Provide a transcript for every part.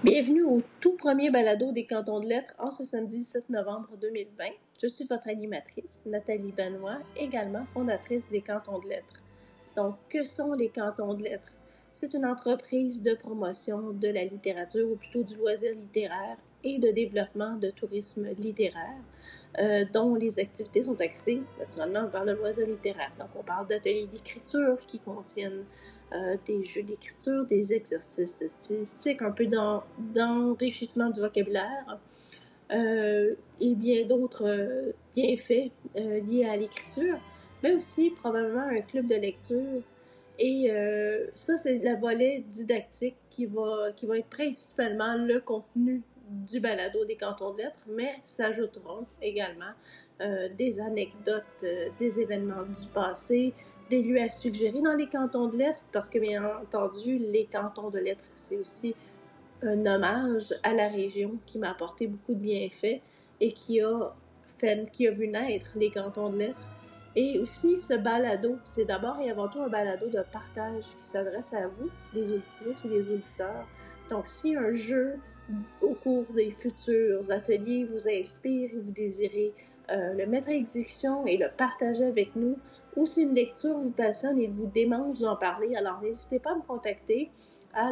Bienvenue au tout premier balado des Cantons de lettres en ce samedi 7 novembre 2020. Je suis votre animatrice, Nathalie Benoît, également fondatrice des Cantons de lettres. Donc, que sont les Cantons de lettres? C'est une entreprise de promotion de la littérature, ou plutôt du loisir littéraire et de développement de tourisme littéraire, dont les activités sont axées, naturellement, vers le loisir littéraire. Donc, on parle d'ateliers d'écriture qui contiennent des jeux d'écriture, des exercices de stylistique, un peu d'enrichissement du vocabulaire et bien d'autres bienfaits liés à l'écriture, mais aussi probablement un club de lecture. Et ça, c'est le volet didactique qui va être principalement le contenu du balado des Cantons de lettres, mais s'ajouteront également des anecdotes, des événements du passé, des lieux à suggérer dans les cantons de l'Est, parce que bien entendu, les cantons de lettres, c'est aussi un hommage à la région qui m'a apporté beaucoup de bienfaits et qui a vu naître les cantons de lettres. Et aussi, ce balado, c'est d'abord et avant tout un balado de partage qui s'adresse à vous, les auditrices et les auditeurs. Donc, si un jeu au cours des futurs ateliers vous inspire et vous désirez le mettre à exécution et le partager avec nous, ou si une lecture vous passionne et vous démange d'en parler, alors n'hésitez pas à me contacter à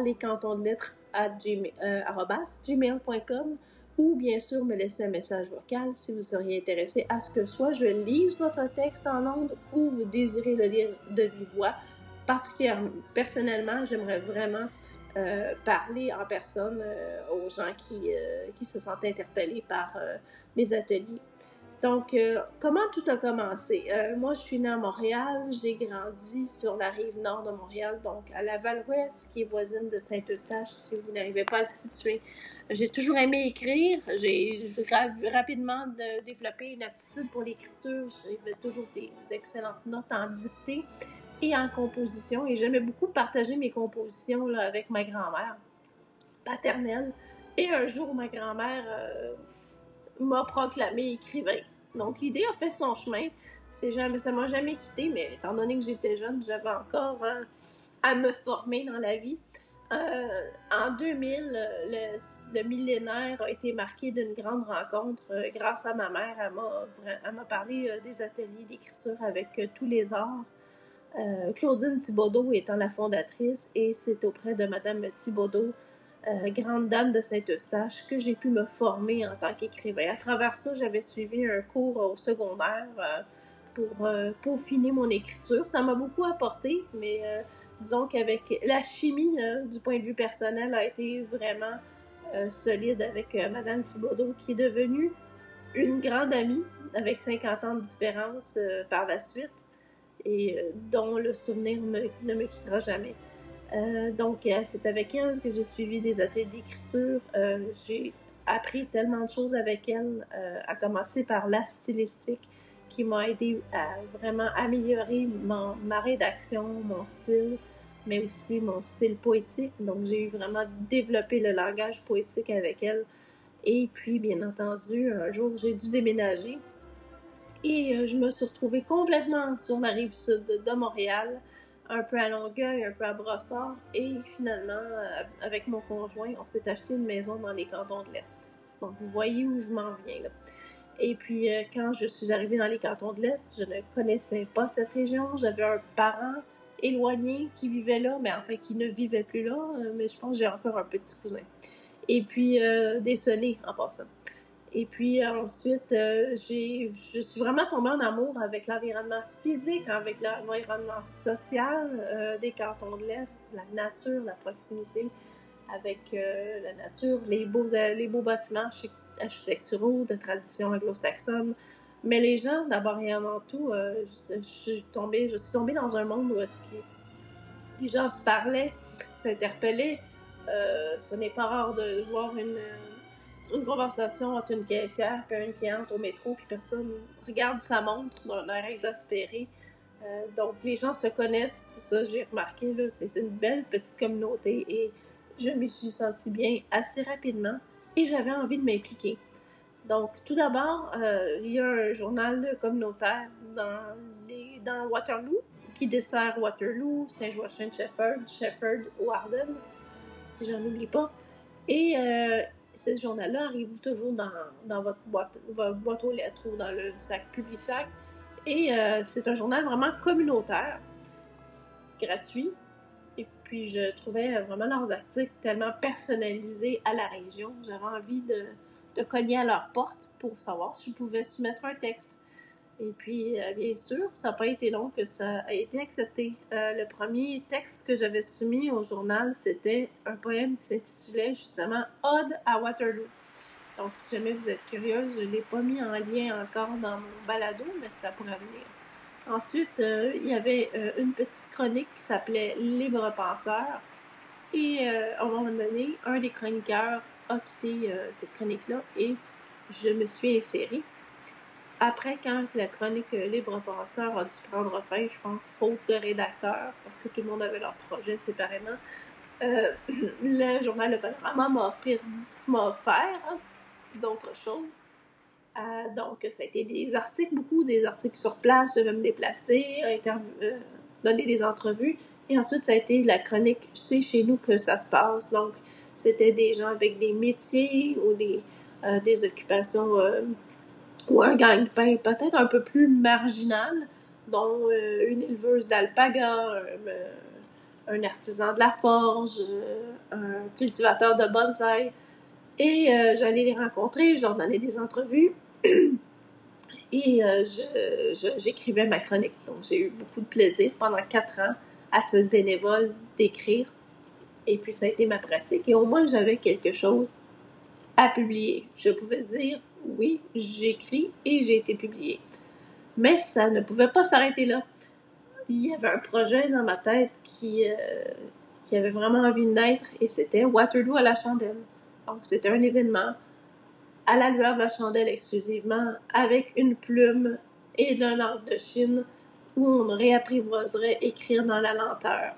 lescantonsdelettres@gmail.com ou bien sûr me laisser un message vocal si vous seriez intéressé à ce que soit je lise votre texte en ondes ou vous désirez le lire de vive voix. Particulièrement, personnellement, j'aimerais vraiment parler en personne aux gens qui se sentent interpellés par mes ateliers. Donc, comment tout a commencé? Moi, je suis née à Montréal, j'ai grandi sur la rive nord de Montréal, donc à Laval-Ouest, qui est voisine de Saint-Eustache, si vous n'arrivez pas à le situer. J'ai toujours aimé écrire, j'ai rapidement développé une aptitude pour l'écriture, j'avais toujours des excellentes notes en dictée et en composition, et j'aimais beaucoup partager mes compositions là, avec ma grand-mère paternelle. Et un jour, ma grand-mère m'a proclamé écrivain. Donc, l'idée a fait son chemin. Ça m'a jamais quitté, mais étant donné que j'étais jeune, j'avais encore à me former dans la vie. En 2000, le millénaire a été marqué d'une grande rencontre grâce à ma mère. Elle m'a parlé des ateliers d'écriture avec tous les arts. Claudine Thibodeau étant la fondatrice, et c'est auprès de Madame Thibodeau, grande dame de Saint-Eustache, que j'ai pu me former en tant qu'écrivain. À travers ça, j'avais suivi un cours au secondaire pour peaufiner mon écriture. Ça m'a beaucoup apporté, mais disons qu'avec la chimie, du point de vue personnel, a été vraiment solide avec Madame Thibodeau, qui est devenue une grande amie, avec 50 ans de différence par la suite, et dont le souvenir ne me quittera jamais. Donc, c'est avec elle que j'ai suivi des ateliers d'écriture. J'ai appris tellement de choses avec elle, à commencer par la stylistique, qui m'a aidé à vraiment améliorer ma rédaction, mon style, mais aussi mon style poétique. Donc, j'ai vraiment développé le langage poétique avec elle. Et puis, bien entendu, un jour, j'ai dû déménager. Et je me suis retrouvée complètement sur la rive sud de Montréal, un peu à Longueuil, un peu à Brossard. Et finalement, avec mon conjoint, on s'est acheté une maison dans les cantons de l'Est. Donc, vous voyez où je m'en viens, là. Et puis, quand je suis arrivée dans les cantons de l'Est, je ne connaissais pas cette région. J'avais un parent éloigné qui vivait là, mais enfin, qui ne vivait plus là. Mais je pense que j'ai encore un petit cousin. Et puis, des sonnets, en passant. Et puis ensuite, je suis vraiment tombée en amour avec l'environnement physique, avec l'environnement social des cantons de l'Est, la nature, la proximité avec la nature, les beaux bâtiments architecturaux de tradition anglo-saxonne. Mais les gens, d'abord et avant tout, je suis tombée dans un monde où les gens se parlaient, s'interpellaient. Ce n'est pas rare de voir une conversation entre une caissière et une cliente au métro, puis personne regarde sa montre d'un air exaspéré. Donc, les gens se connaissent, ça j'ai remarqué, là, c'est une belle petite communauté, et je me suis sentie bien assez rapidement, et j'avais envie de m'impliquer. Donc, tout d'abord, il y a un journal communautaire dans Waterloo, qui dessert Waterloo, Saint-Joachim-Shefford, Shefford ou Arden, si j'en oublie pas. Et ce journal-là arrive toujours dans votre boîte aux lettres ou dans le sac Publisac. Et c'est un journal vraiment communautaire, gratuit. Et puis, je trouvais vraiment leurs articles tellement personnalisés à la région. J'avais envie de cogner à leur porte pour savoir si je pouvais soumettre un texte. Et puis, bien sûr, ça n'a pas été long que ça a été accepté. Le premier texte que j'avais soumis au journal, c'était un poème qui s'intitulait justement « Ode à Waterloo ». Donc, si jamais vous êtes curieuse, je ne l'ai pas mis en lien encore dans mon balado, mais ça pourrait venir. Ensuite, il y avait une petite chronique qui s'appelait Libre penseur. Et à un moment donné, un des chroniqueurs a quitté cette chronique-là et je me suis insérée. Après, quand la chronique Libre penseur a dû prendre fin, je pense, faute de rédacteur, parce que tout le monde avait leur projet séparément, le journal Le Panorama m'a offert d'autres choses. Donc, ça a été des articles, beaucoup des articles sur place. Je devais me déplacer, donner des entrevues. Et ensuite, ça a été la chronique « C'est chez nous que ça se passe ». Donc, c'était des gens avec des métiers ou des occupations ou un gagne-pain peut-être un peu plus marginal, dont une éleveuse d'alpaga, un artisan de la forge, un cultivateur de bonsaï. Et j'allais les rencontrer, je leur donnais des entrevues. Et j'écrivais ma chronique. Donc, j'ai eu beaucoup de plaisir pendant 4 ans à titre bénévole d'écrire. Et puis, ça a été ma pratique. Et au moins, j'avais quelque chose à publier. Je pouvais dire, oui, j'écris et j'ai été publiée. Mais ça ne pouvait pas s'arrêter là. Il y avait un projet dans ma tête qui avait vraiment envie de naître et c'était Waterloo à la chandelle. Donc, c'était un événement à la lueur de la chandelle exclusivement, avec une plume et de l'encre de Chine, où on réapprivoiserait écrire dans la lenteur.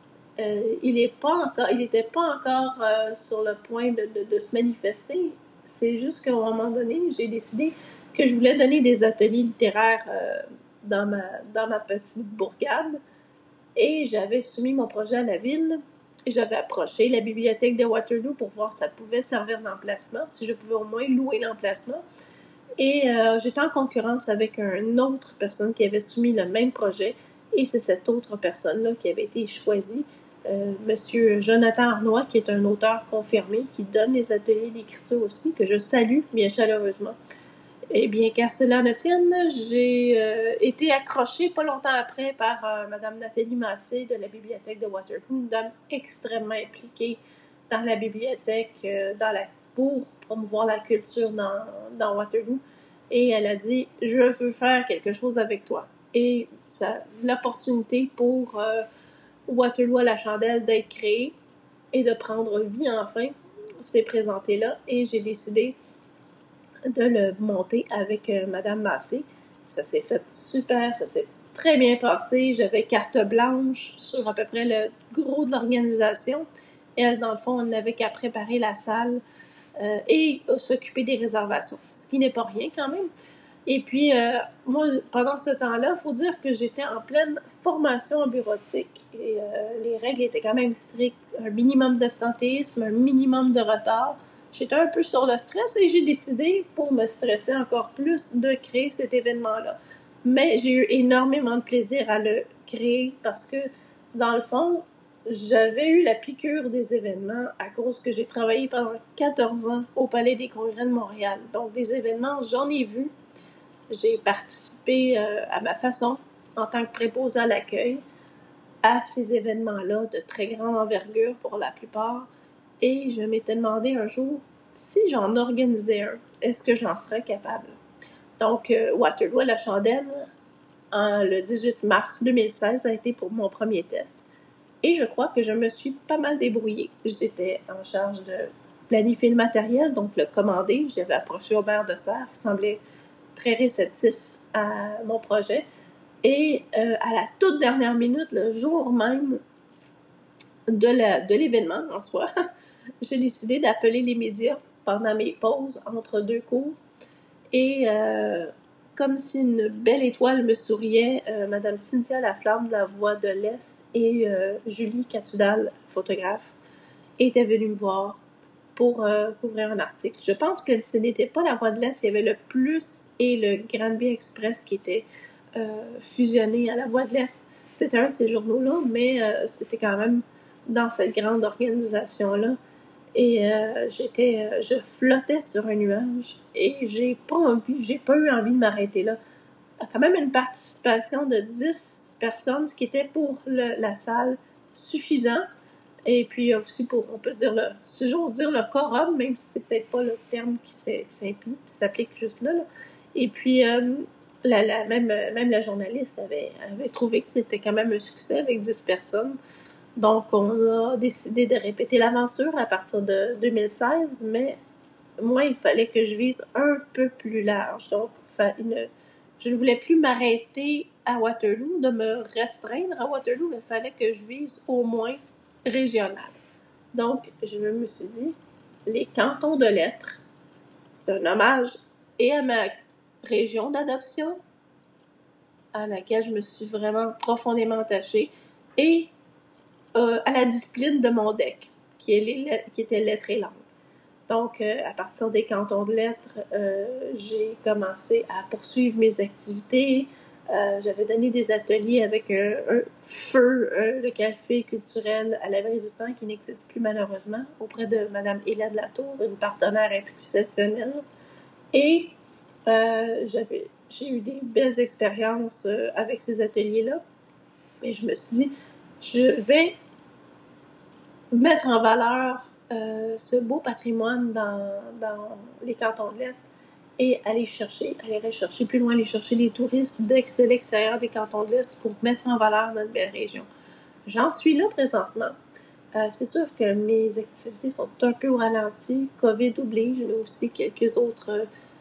Il n'était pas encore sur le point de se manifester. C'est juste qu'à un moment donné, j'ai décidé que je voulais donner des ateliers littéraires dans ma petite bourgade. Et j'avais soumis mon projet à la ville. Et j'avais approché la bibliothèque de Waterloo pour voir si ça pouvait servir d'emplacement, si je pouvais au moins louer l'emplacement. Et j'étais en concurrence avec une autre personne qui avait soumis le même projet. Et c'est cette autre personne-là qui avait été choisie, Monsieur Jonathan Arnois, qui est un auteur confirmé, qui donne des ateliers d'écriture aussi, que je salue bien chaleureusement. Eh bien, qu'à cela ne tienne, j'ai été accrochée pas longtemps après par Mme Nathalie Massé de la bibliothèque de Waterloo, une dame extrêmement impliquée dans la bibliothèque, pour promouvoir la culture dans Waterloo. Et elle a dit, je veux faire quelque chose avec toi. Et ça, l'opportunité pour Waterloo à la chandelle d'être créée et de prendre vie enfin s'est présentée là. Et j'ai décidé de le monter avec Madame Massé. Ça s'est fait super, ça s'est très bien passé. J'avais carte blanche sur à peu près le gros de l'organisation. Elle, dans le fond, on n'avait qu'à préparer la salle et s'occuper des réservations, ce qui n'est pas rien quand même. Et puis, moi, pendant ce temps-là, il faut dire que j'étais en pleine formation en bureautique et les règles étaient quand même strictes. Un minimum d'absentéisme, un minimum de retard. J'étais un peu sur le stress et j'ai décidé, pour me stresser encore plus, de créer cet événement-là. Mais j'ai eu énormément de plaisir à le créer parce que, dans le fond, j'avais eu la piqûre des événements à cause que j'ai travaillé pendant 14 ans au Palais des Congrès de Montréal. Donc, des événements, j'en ai vu. J'ai participé à ma façon, en tant que préposée à l'accueil, à ces événements-là de très grande envergure pour la plupart. Et je m'étais demandé un jour, si j'en organisais un, est-ce que j'en serais capable? Donc, Waterloo à la chandelle, le 18 mars 2016, a été pour mon premier test. Et je crois que je me suis pas mal débrouillée. J'étais en charge de planifier le matériel, donc le commander. J'avais approché Aubert de Serres, qui semblait très réceptif à mon projet. Et à la toute dernière minute, le jour même de l'événement en soi, j'ai décidé d'appeler les médias pendant mes pauses entre deux cours. Et comme si une belle étoile me souriait, Madame Cynthia Laflamme de la Voix de l'Est et Julie Catudal, photographe, étaient venues me voir pour couvrir un article. Je pense que ce n'était pas La Voix de l'Est, il y avait le Plus et le Granby Express qui étaient fusionnés à La Voix de l'Est. C'était un de ces journaux-là, mais c'était quand même dans cette grande organisation-là. Et je flottais sur un nuage et j'ai pas eu envie de m'arrêter là. Il y a quand même une participation de 10 personnes, ce qui était pour la salle suffisant. Et puis aussi pour, on peut dire, si j'ose dire, le quorum, même si c'est peut-être pas le terme qui s'applique juste là. Et puis, même la journaliste avait trouvé que c'était quand même un succès avec 10 personnes. Donc, on a décidé de répéter l'aventure à partir de 2016, mais moi, il fallait que je vise un peu plus large. Donc, je ne voulais plus m'arrêter à Waterloo, de me restreindre à Waterloo, mais il fallait que je vise au moins régional. Donc, je me suis dit, les cantons de lettres, c'est un hommage et à ma région d'adoption, à laquelle je me suis vraiment profondément attachée, et à la discipline de mon DEC, qui était lettres et langues. Donc, à partir des cantons de lettres, j'ai commencé à poursuivre mes activités. J'avais donné des ateliers avec un feu, le café culturel à l'abri du temps, qui n'existe plus malheureusement, auprès de Mme Hélène Latour, une partenaire exceptionnelle. Et j'ai eu des belles expériences avec ces ateliers-là. Et je me suis dit, je vais mettre en valeur ce beau patrimoine dans les cantons de l'Est et aller rechercher plus loin, aller chercher les touristes de l'extérieur des cantons de l'Est pour mettre en valeur notre belle région. J'en suis là présentement. C'est sûr que mes activités sont un peu au ralenti. COVID oblige, mais aussi quelques autres,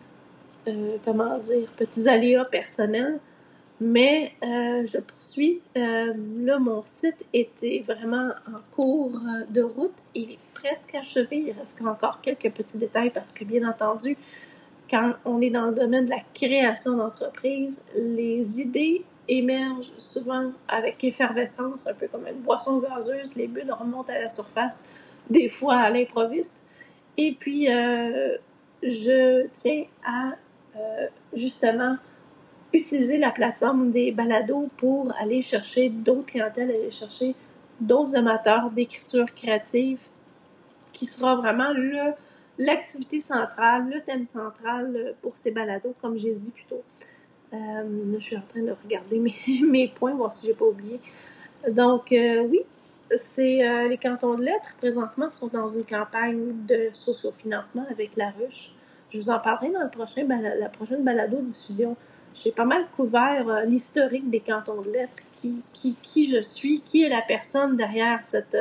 petits aléas personnels. Mais je poursuis. Là, mon site était vraiment en cours de route. Il est presque achevé. Il reste encore quelques petits détails parce que, bien entendu, quand on est dans le domaine de la création d'entreprise, les idées émergent souvent avec effervescence, un peu comme une boisson gazeuse. Les bulles remontent à la surface, des fois à l'improviste. Et puis, je tiens à, justement, utiliser la plateforme des balados pour aller chercher d'autres clientèles, aller chercher d'autres amateurs d'écriture créative, qui sera vraiment l'activité centrale, le thème central pour ces balados, comme j'ai dit plus tôt. Là, je suis en train de regarder mes points, voir si j'ai pas oublié. Donc, oui, c'est les cantons de lettres, présentement, sont dans une campagne de sociofinancement avec La Ruche. Je vous en parlerai dans la prochaine balado-diffusion. J'ai pas mal couvert l'historique des cantons de lettres, qui je suis, qui est la personne derrière cette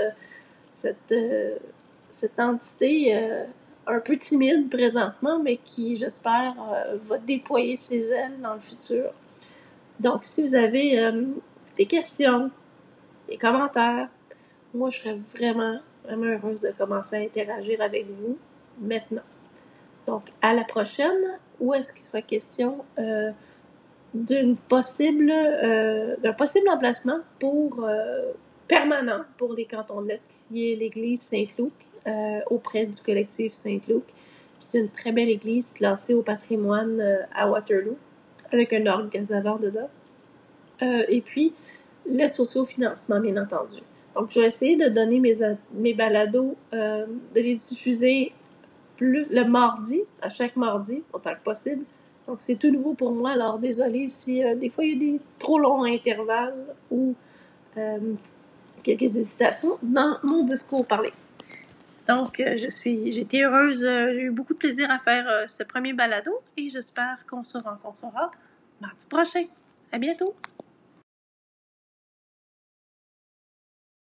entité un peu timide présentement, mais qui, j'espère, va déployer ses ailes dans le futur. Donc, si vous avez des questions, des commentaires, moi, je serais vraiment, vraiment heureuse de commencer à interagir avec vous maintenant. Donc, à la prochaine, où est-ce qu'il sera question d'un possible emplacement permanent pour les cantons de lettres, qui est l'église Saint-Luc, auprès du collectif Saint-Luc, qui est une très belle église classée au patrimoine à Waterloo, avec un orgue gazavant dedans. Et puis, le sociofinancement, bien entendu. Donc, je vais essayer de donner mes balados, de les diffuser le mardi, à chaque mardi, autant que possible. Donc, c'est tout nouveau pour moi, alors désolé si des fois il y a des trop longs intervalles ou quelques hésitations dans mon discours parlé. Donc, j'ai été heureuse, j'ai eu beaucoup de plaisir à faire ce premier balado et j'espère qu'on se rencontrera mardi prochain. À bientôt!